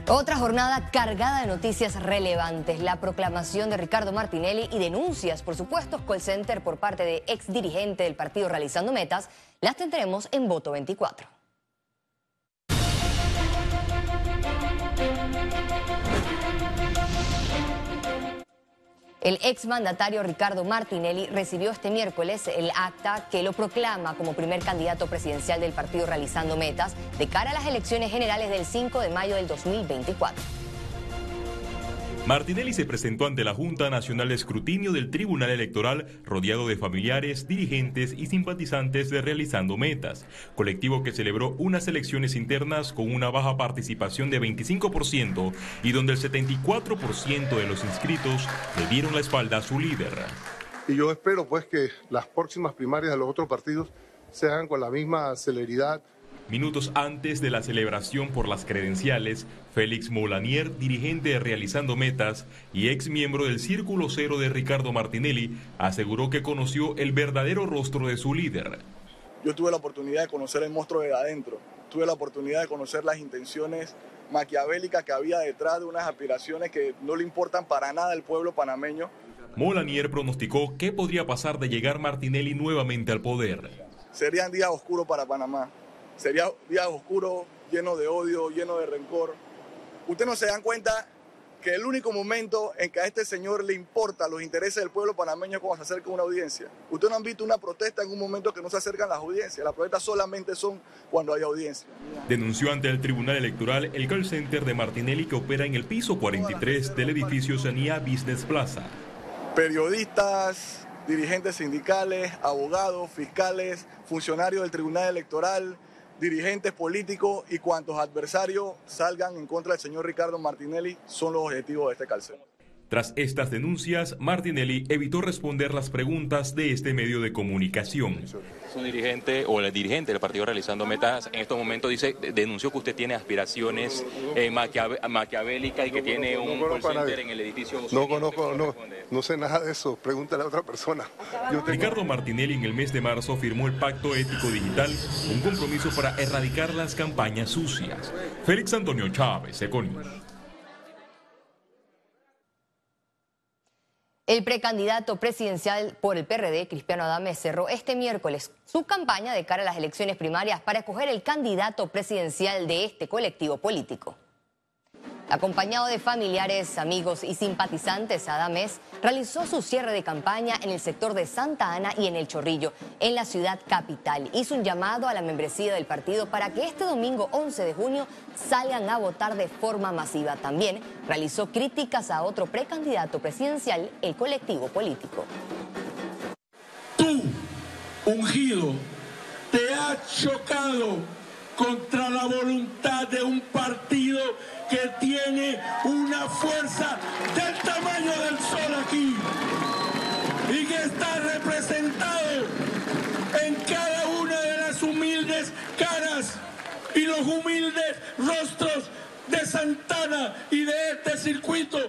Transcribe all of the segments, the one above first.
Otra jornada cargada de noticias relevantes, la proclamación de Ricardo Martinelli y denuncias por supuestos call center por parte de ex dirigente del partido realizando metas, las tendremos en Voto 24. El exmandatario Ricardo Martinelli recibió este miércoles el acta que lo proclama como primer candidato presidencial del partido realizando metas de cara a las elecciones generales del 5 de mayo del 2024. Martinelli se presentó ante la Junta Nacional de Escrutinio del Tribunal Electoral rodeado de familiares, dirigentes y simpatizantes de Realizando Metas, colectivo que celebró unas elecciones internas con una baja participación de 25% y donde el 74% de los inscritos le dieron la espalda a su líder. Y yo espero pues que las próximas primarias de los otros partidos se hagan con la misma celeridad. Minutos antes de la celebración por las credenciales, Félix Molanier, dirigente de Realizando Metas y ex miembro del Círculo Cero de Ricardo Martinelli, aseguró que conoció el verdadero rostro de su líder. Yo tuve la oportunidad de conocer el monstruo de adentro, tuve la oportunidad de conocer las intenciones maquiavélicas que había detrás de unas aspiraciones que no le importan para nada al pueblo panameño. Molanier pronosticó qué podría pasar de llegar Martinelli nuevamente al poder. Serían días oscuros para Panamá. Sería días oscuros, llenos de odio, llenos de rencor. Ustedes no se dan cuenta que el único momento en que a este señor le importa los intereses del pueblo panameño es cuando se acerca una audiencia. Ustedes no han visto una protesta en un momento que no se acercan las audiencias. Las protestas solamente son cuando hay audiencia. Denunció ante el Tribunal Electoral el call center de Martinelli que opera en el piso 43 del edificio Sanía Business Plaza. Periodistas, dirigentes sindicales, abogados, fiscales, funcionarios del Tribunal Electoral, dirigentes políticos y cuantos adversarios salgan en contra del señor Ricardo Martinelli son los objetivos de este call center. Tras estas denuncias, Martinelli evitó responder las preguntas de este medio de comunicación. Su dirigente o el dirigente del partido Realizando Metas en estos momentos denunció que usted tiene aspiraciones maquiavélicas y que tiene un call center en el edificio. No sé nada de eso, pregúntale a otra persona. Ricardo Martinelli en el mes de marzo firmó el Pacto Ético Digital, un compromiso para erradicar las campañas sucias. Félix Antonio Chávez, Econius. El precandidato presidencial por el PRD, Cristiano Adames, cerró este miércoles su campaña de cara a las elecciones primarias para escoger el candidato presidencial de este colectivo político. Acompañado de familiares, amigos y simpatizantes, Adames realizó su cierre de campaña en el sector de Santa Ana y en El Chorrillo, en la ciudad capital. Hizo un llamado a la membresía del partido para que este domingo 11 de junio salgan a votar de forma masiva. También realizó críticas a otro precandidato presidencial, el colectivo político. Tú, ungido, te has chocado contra la voluntad de un partido que tiene una fuerza del tamaño del sol aquí y que está representado en cada una de las humildes caras y los humildes rostros de Santana y de este circuito.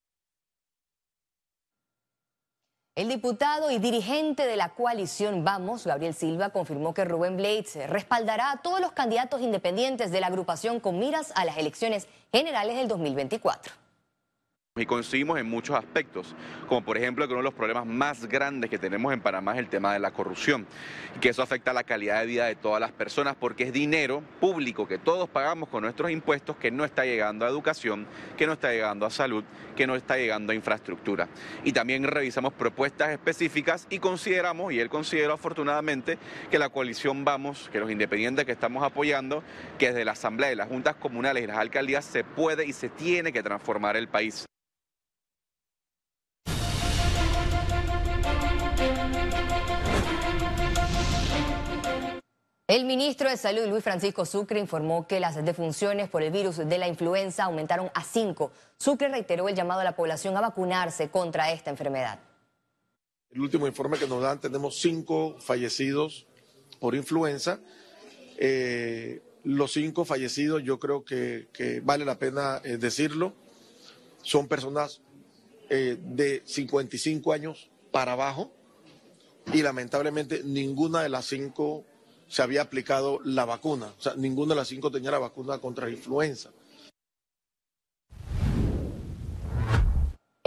El diputado y dirigente de la coalición Vamos, Gabriel Silva, confirmó que Rubén Blades respaldará a todos los candidatos independientes de la agrupación con miras a las elecciones generales del 2024. Y coincidimos en muchos aspectos, como por ejemplo que uno de los problemas más grandes que tenemos en Panamá es el tema de la corrupción, y que eso afecta la calidad de vida de todas las personas porque es dinero público que todos pagamos con nuestros impuestos que no está llegando a educación, que no está llegando a salud, que no está llegando a infraestructura. Y también revisamos propuestas específicas y consideramos, y él consideró afortunadamente, que la coalición Vamos, que los independientes que estamos apoyando, que desde la Asamblea, de las juntas comunales y las alcaldías se puede y se tiene que transformar el país. El ministro de Salud, Luis Francisco Sucre, informó que las defunciones por el virus de la influenza aumentaron a 5. Sucre reiteró el llamado a la población a vacunarse contra esta enfermedad. El último informe que nos dan, tenemos 5 fallecidos por influenza. Los 5 fallecidos, yo creo que vale la pena decirlo, son personas de 55 años para abajo y lamentablemente ninguna de las 5 se había aplicado la vacuna, o sea, ninguna de las 5 tenía la vacuna contra la influenza.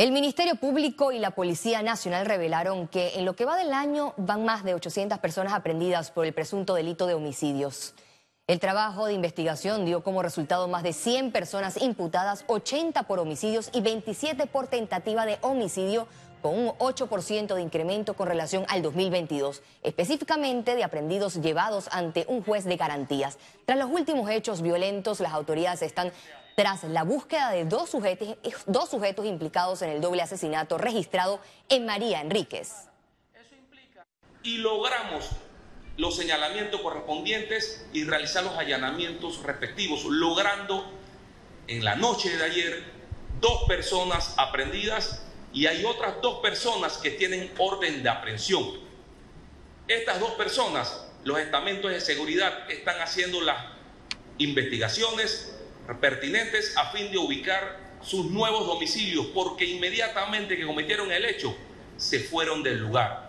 El Ministerio Público y la Policía Nacional revelaron que en lo que va del año van más de 800 personas aprehendidas por el presunto delito de homicidios. El trabajo de investigación dio como resultado más de 100 personas imputadas, 80 por homicidios y 27 por tentativa de homicidio, con un 8% de incremento con relación al 2022, específicamente de aprehendidos llevados ante un juez de garantías. Tras los últimos hechos violentos, las autoridades están tras la búsqueda de dos sujetos implicados en el doble asesinato registrado en María Enríquez. Y logramos los señalamientos correspondientes y realizar los allanamientos respectivos, logrando en la noche de ayer 2 personas aprehendidas y hay otras 2 personas que tienen orden de aprehensión. Estas 2 personas, los estamentos de seguridad están haciendo las investigaciones pertinentes a fin de ubicar sus nuevos domicilios, porque inmediatamente que cometieron el hecho, se fueron del lugar.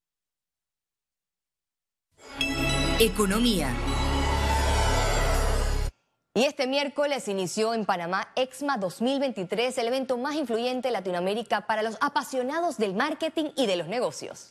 Economía. Y este miércoles inició en Panamá EXMA 2023, el evento más influyente de Latinoamérica para los apasionados del marketing y de los negocios.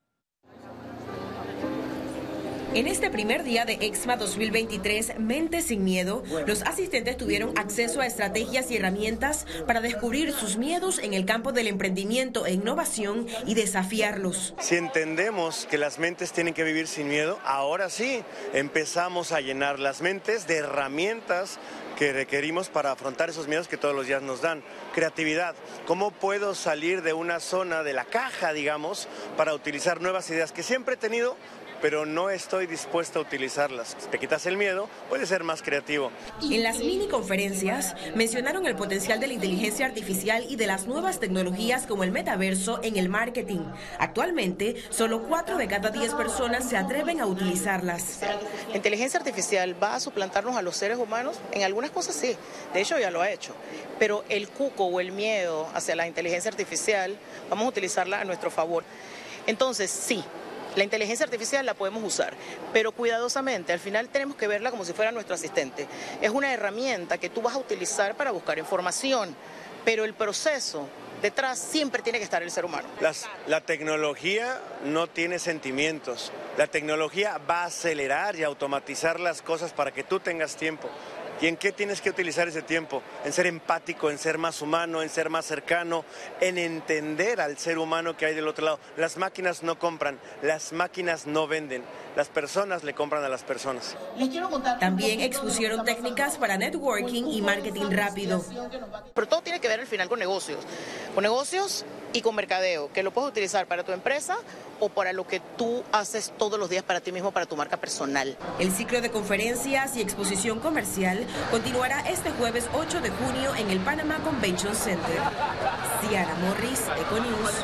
En este primer día de EXMA 2023, Mente sin Miedo, los asistentes tuvieron acceso a estrategias y herramientas para descubrir sus miedos en el campo del emprendimiento e innovación y desafiarlos. Si entendemos que las mentes tienen que vivir sin miedo, ahora sí empezamos a llenar las mentes de herramientas que requerimos para afrontar esos miedos que todos los días nos dan. Creatividad, ¿cómo puedo salir de una zona de la caja, digamos, para utilizar nuevas ideas que siempre he tenido, pero no estoy dispuesto a utilizarlas? Si te quitas el miedo, puedes ser más creativo. En las mini conferencias mencionaron el potencial de la inteligencia artificial y de las nuevas tecnologías como el metaverso en el marketing. Actualmente, solo 4 de cada 10 personas se atreven a utilizarlas. La inteligencia artificial va a suplantarnos a los seres humanos, en algunas cosas sí, de hecho ya lo ha hecho, pero el cuco o el miedo hacia la inteligencia artificial, vamos a utilizarla a nuestro favor. Entonces, sí, la inteligencia artificial la podemos usar, pero cuidadosamente. Al final tenemos que verla como si fuera nuestro asistente. Es una herramienta que tú vas a utilizar para buscar información, pero el proceso detrás siempre tiene que estar el ser humano. La tecnología no tiene sentimientos. La tecnología va a acelerar y automatizar las cosas para que tú tengas tiempo. ¿Y en qué tienes que utilizar ese tiempo? En ser empático, en ser más humano, en ser más cercano, en entender al ser humano que hay del otro lado. Las máquinas no compran, las máquinas no venden, las personas le compran a las personas. También expusieron técnicas para networking y marketing rápido. Pero todo tiene que ver al final con negocios y con mercadeo, que lo puedes utilizar para tu empresa o para lo que tú haces todos los días para ti mismo, para tu marca personal. El ciclo de conferencias y exposición comercial continuará este jueves 8 de junio en el Panama Convention Center. Ciara Morris, Econews.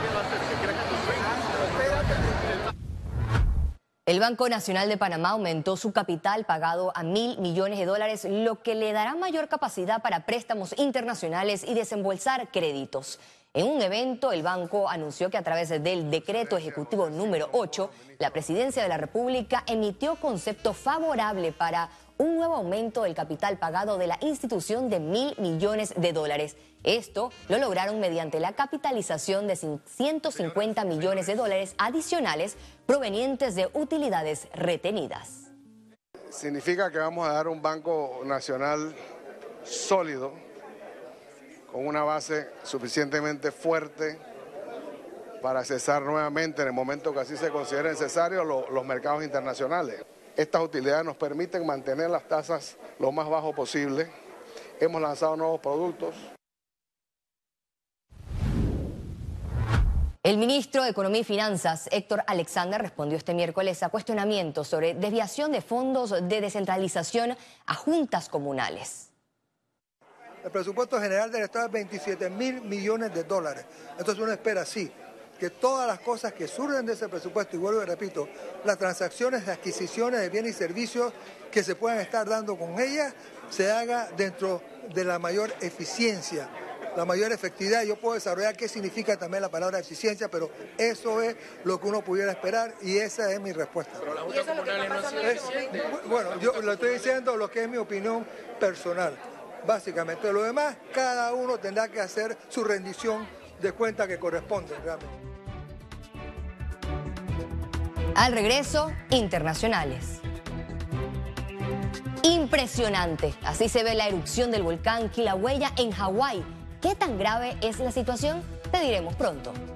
El Banco Nacional de Panamá aumentó su capital pagado a $1.000 millones, lo que le dará mayor capacidad para préstamos internacionales y desembolsar créditos. En un evento, el banco anunció que a través del decreto ejecutivo número 8, la Presidencia de la República emitió concepto favorable para un nuevo aumento del capital pagado de la institución de $1.000 millones. Esto lo lograron mediante la capitalización de $150 millones adicionales provenientes de utilidades retenidas. Significa que vamos a dar un banco nacional sólido, con una base suficientemente fuerte para accesar nuevamente, en el momento que así se considere necesario, los mercados internacionales. Estas utilidades nos permiten mantener las tasas lo más bajo posible. Hemos lanzado nuevos productos. El ministro de Economía y Finanzas, Héctor Alexander, respondió este miércoles a cuestionamientos sobre desviación de fondos de descentralización a juntas comunales. El presupuesto general del Estado es $27.000 millones. Entonces uno espera, sí, que todas las cosas que surgen de ese presupuesto, y vuelvo y repito, las transacciones de adquisiciones de bienes y servicios que se puedan estar dando con ellas, se haga dentro de la mayor eficiencia, la mayor efectividad. Yo puedo desarrollar qué significa también la palabra eficiencia, pero eso es lo que uno pudiera esperar y esa es mi respuesta. Pero la Junta Comunal no ha sido eficiente. Bueno, yo le estoy diciendo lo que es mi opinión personal. Básicamente, lo demás, cada uno tendrá que hacer su rendición de cuenta que corresponden realmente. Al regreso, internacionales. Impresionante. Así se ve la erupción del volcán Kilauea en Hawái. ¿Qué tan grave es la situación? Te diremos pronto.